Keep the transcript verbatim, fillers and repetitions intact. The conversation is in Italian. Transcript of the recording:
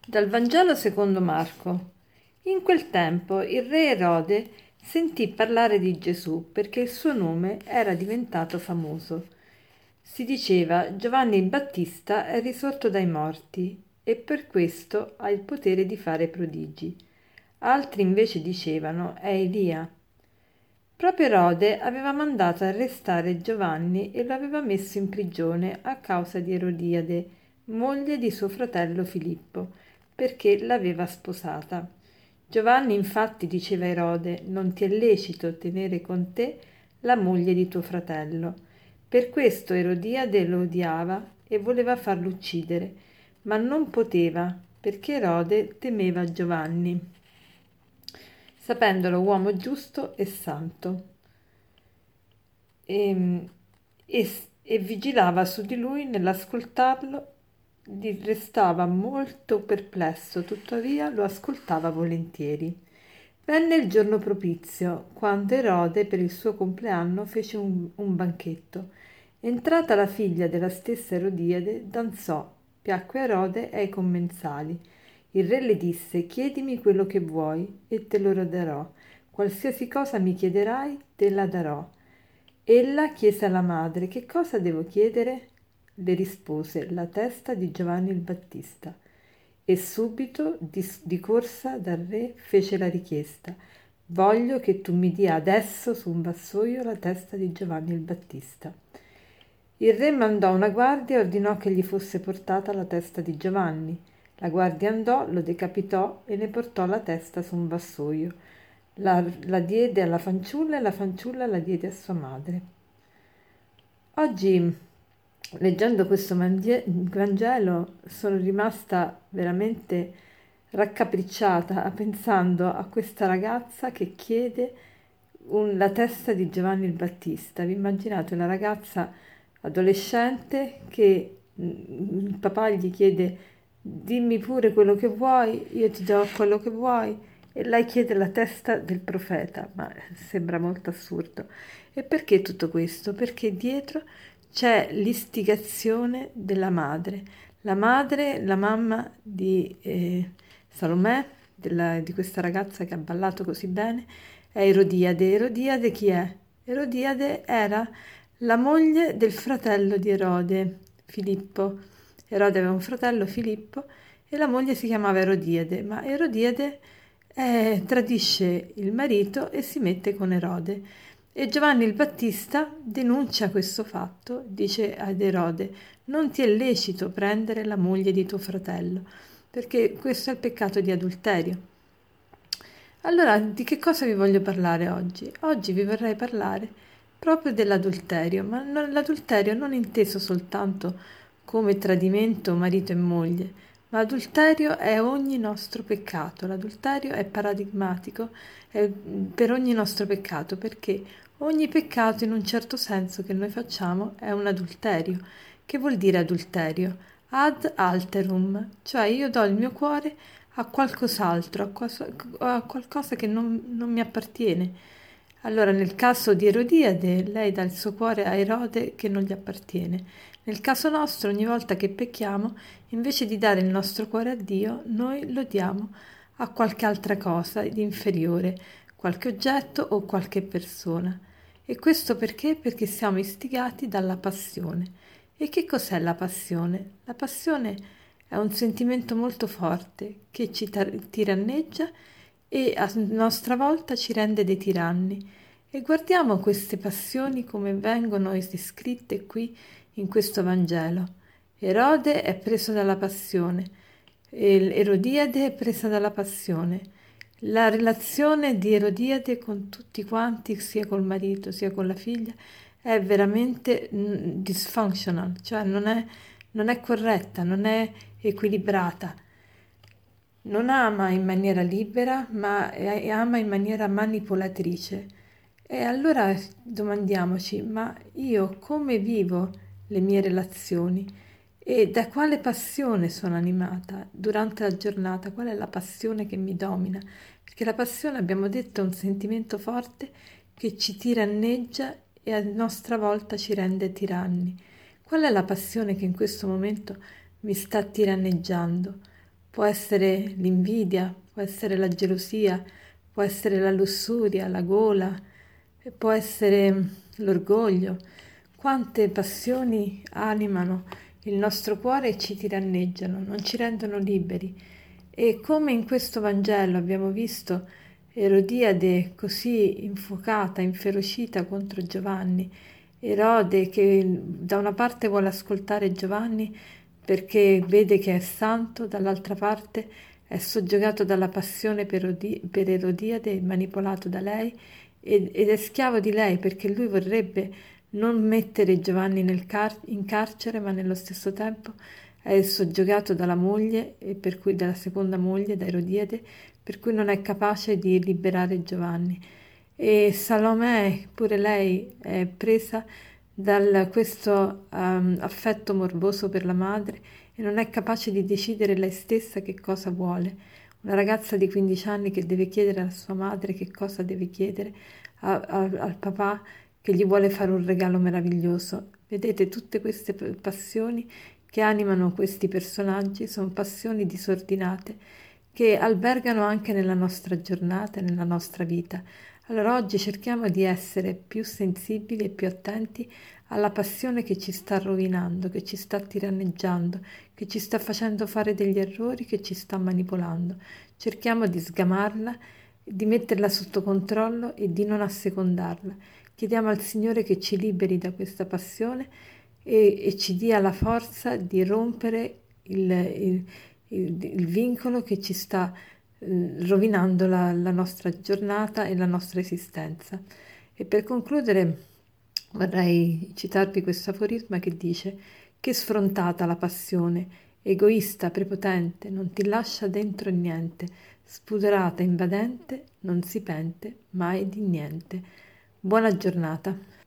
Dal Vangelo secondo Marco. In quel tempo il re Erode sentì parlare di Gesù perché il suo nome era diventato famoso. Si diceva: Giovanni il Battista è risorto dai morti e per questo ha il potere di fare prodigi. Altri invece dicevano: è Elia. Proprio Erode aveva mandato arrestare Giovanni e lo aveva messo in prigione a causa di Erodiade, moglie di suo fratello Filippo, perché l'aveva sposata. Giovanni infatti diceva a Erode: non ti è lecito tenere con te la moglie di tuo fratello. Per questo Erodiade lo odiava e voleva farlo uccidere, ma non poteva, perché Erode temeva Giovanni, sapendolo uomo giusto e santo, e, e, e vigilava su di lui nell'ascoltarlo. Gli restava molto perplesso, tuttavia lo ascoltava volentieri. Venne il giorno propizio, quando Erode per il suo compleanno fece un, un banchetto. Entrata la figlia della stessa Erodiade, danzò, piacque a Erode e ai commensali. Il re le disse: chiedimi quello che vuoi e te lo darò. Qualsiasi cosa mi chiederai, te la darò. Ella chiese alla madre: che cosa devo chiedere? Le rispose: la testa di Giovanni il Battista. E subito, di, di corsa dal re, fece la richiesta: voglio che tu mi dia adesso su un vassoio la testa di Giovanni il Battista. Il re mandò una guardia e ordinò che gli fosse portata la testa di Giovanni. La guardia andò, lo decapitò e ne portò la testa su un vassoio. La, la diede alla fanciulla e la fanciulla la diede a sua madre. Oggi, leggendo questo mangie- Vangelo, sono rimasta veramente raccapricciata pensando a questa ragazza che chiede un- la testa di Giovanni il Battista. Vi immaginate una ragazza adolescente che mm, il papà gli chiede: dimmi pure quello che vuoi, io ti do quello che vuoi, e lei chiede la testa del profeta, ma sembra molto assurdo. E perché tutto questo? Perché dietro c'è l'istigazione della madre. La madre, la mamma di eh, Salomè, della- di questa ragazza che ha ballato così bene, è Erodiade. Erodiade chi è? Erodiade era la moglie del fratello di Erode, Filippo. Erode aveva un fratello, Filippo, e la moglie si chiamava Erodiade, ma Erodiade eh, tradisce il marito e si mette con Erode. E Giovanni il Battista denuncia questo fatto, dice ad Erode: non ti è lecito prendere la moglie di tuo fratello, perché questo è il peccato di adulterio. Allora, di che cosa vi voglio parlare oggi? Oggi vi vorrei parlare proprio dell'adulterio, ma non- l'adulterio non inteso soltanto come tradimento marito e moglie, ma adulterio è ogni nostro peccato. L'adulterio è paradigmatico è per ogni nostro peccato, perché ogni peccato in un certo senso che noi facciamo è un adulterio. Che vuol dire adulterio? Ad alterum, cioè io do il mio cuore a qualcos'altro, a, quas- a qualcosa che non, non mi appartiene. Allora, nel caso di Erodiade, lei dà il suo cuore a Erode che non gli appartiene. Nel caso nostro, ogni volta che pecchiamo, invece di dare il nostro cuore a Dio, noi lo diamo a qualche altra cosa di inferiore, qualche oggetto o qualche persona. E questo perché? Perché siamo istigati dalla passione. E che cos'è la passione? La passione è un sentimento molto forte che ci tar- tiranneggia e a nostra volta ci rende dei tiranni. E guardiamo queste passioni come vengono descritte qui in questo Vangelo. Erode è preso dalla passione, e Erodiade è presa dalla passione. La relazione di Erodiade con tutti quanti, sia col marito sia con la figlia, è veramente mm, dysfunctional, cioè non è, non è corretta, non è equilibrata. Non ama in maniera libera, ma è- ama in maniera manipolatrice. E allora domandiamoci: ma io come vivo le mie relazioni? E da quale passione sono animata durante la giornata? Qual è la passione che mi domina? Perché la passione, abbiamo detto, è un sentimento forte che ci tiranneggia e a nostra volta ci rende tiranni. Qual è la passione che in questo momento mi sta tiranneggiando? può essere l'invidia, può essere la gelosia, può essere la lussuria, la gola, e può essere l'orgoglio. Quante passioni animano il nostro cuore e ci tiranneggiano, non ci rendono liberi. E come in questo Vangelo abbiamo visto Erodiade così infuocata, inferocita contro Giovanni, Erode che da una parte vuole ascoltare Giovanni perché vede che è santo, dall'altra parte è soggiogato dalla passione per, Odi- per Erodiade, manipolato da lei ed, ed è schiavo di lei perché lui vorrebbe non mettere Giovanni nel car- in carcere, ma nello stesso tempo è soggiogato dalla moglie, e per cui dalla seconda moglie, da Erodiade, per cui non è capace di liberare Giovanni. E Salomè, pure lei, è presa da questo um, affetto morboso per la madre e non è capace di decidere lei stessa che cosa vuole. Una ragazza di quindici anni che deve chiedere alla sua madre che cosa deve chiedere a, a, al papà che gli vuole fare un regalo meraviglioso. Vedete, tutte queste passioni che animano questi personaggi sono passioni disordinate che albergano anche nella nostra giornata e nella nostra vita. Allora oggi cerchiamo di essere più sensibili e più attenti alla passione che ci sta rovinando, che ci sta tiranneggiando, che ci sta facendo fare degli errori, che ci sta manipolando. Cerchiamo di sgamarla, di metterla sotto controllo e di non assecondarla. Chiediamo al Signore che ci liberi da questa passione e, e ci dia la forza di rompere il, il, il, il vincolo che ci sta eh, rovinando la, la nostra giornata e la nostra esistenza. E per concludere vorrei citarvi questo aforisma che dice: che sfrontata la passione, egoista, prepotente, non ti lascia dentro niente, spudorata, invadente, non si pente mai di niente. Buona giornata.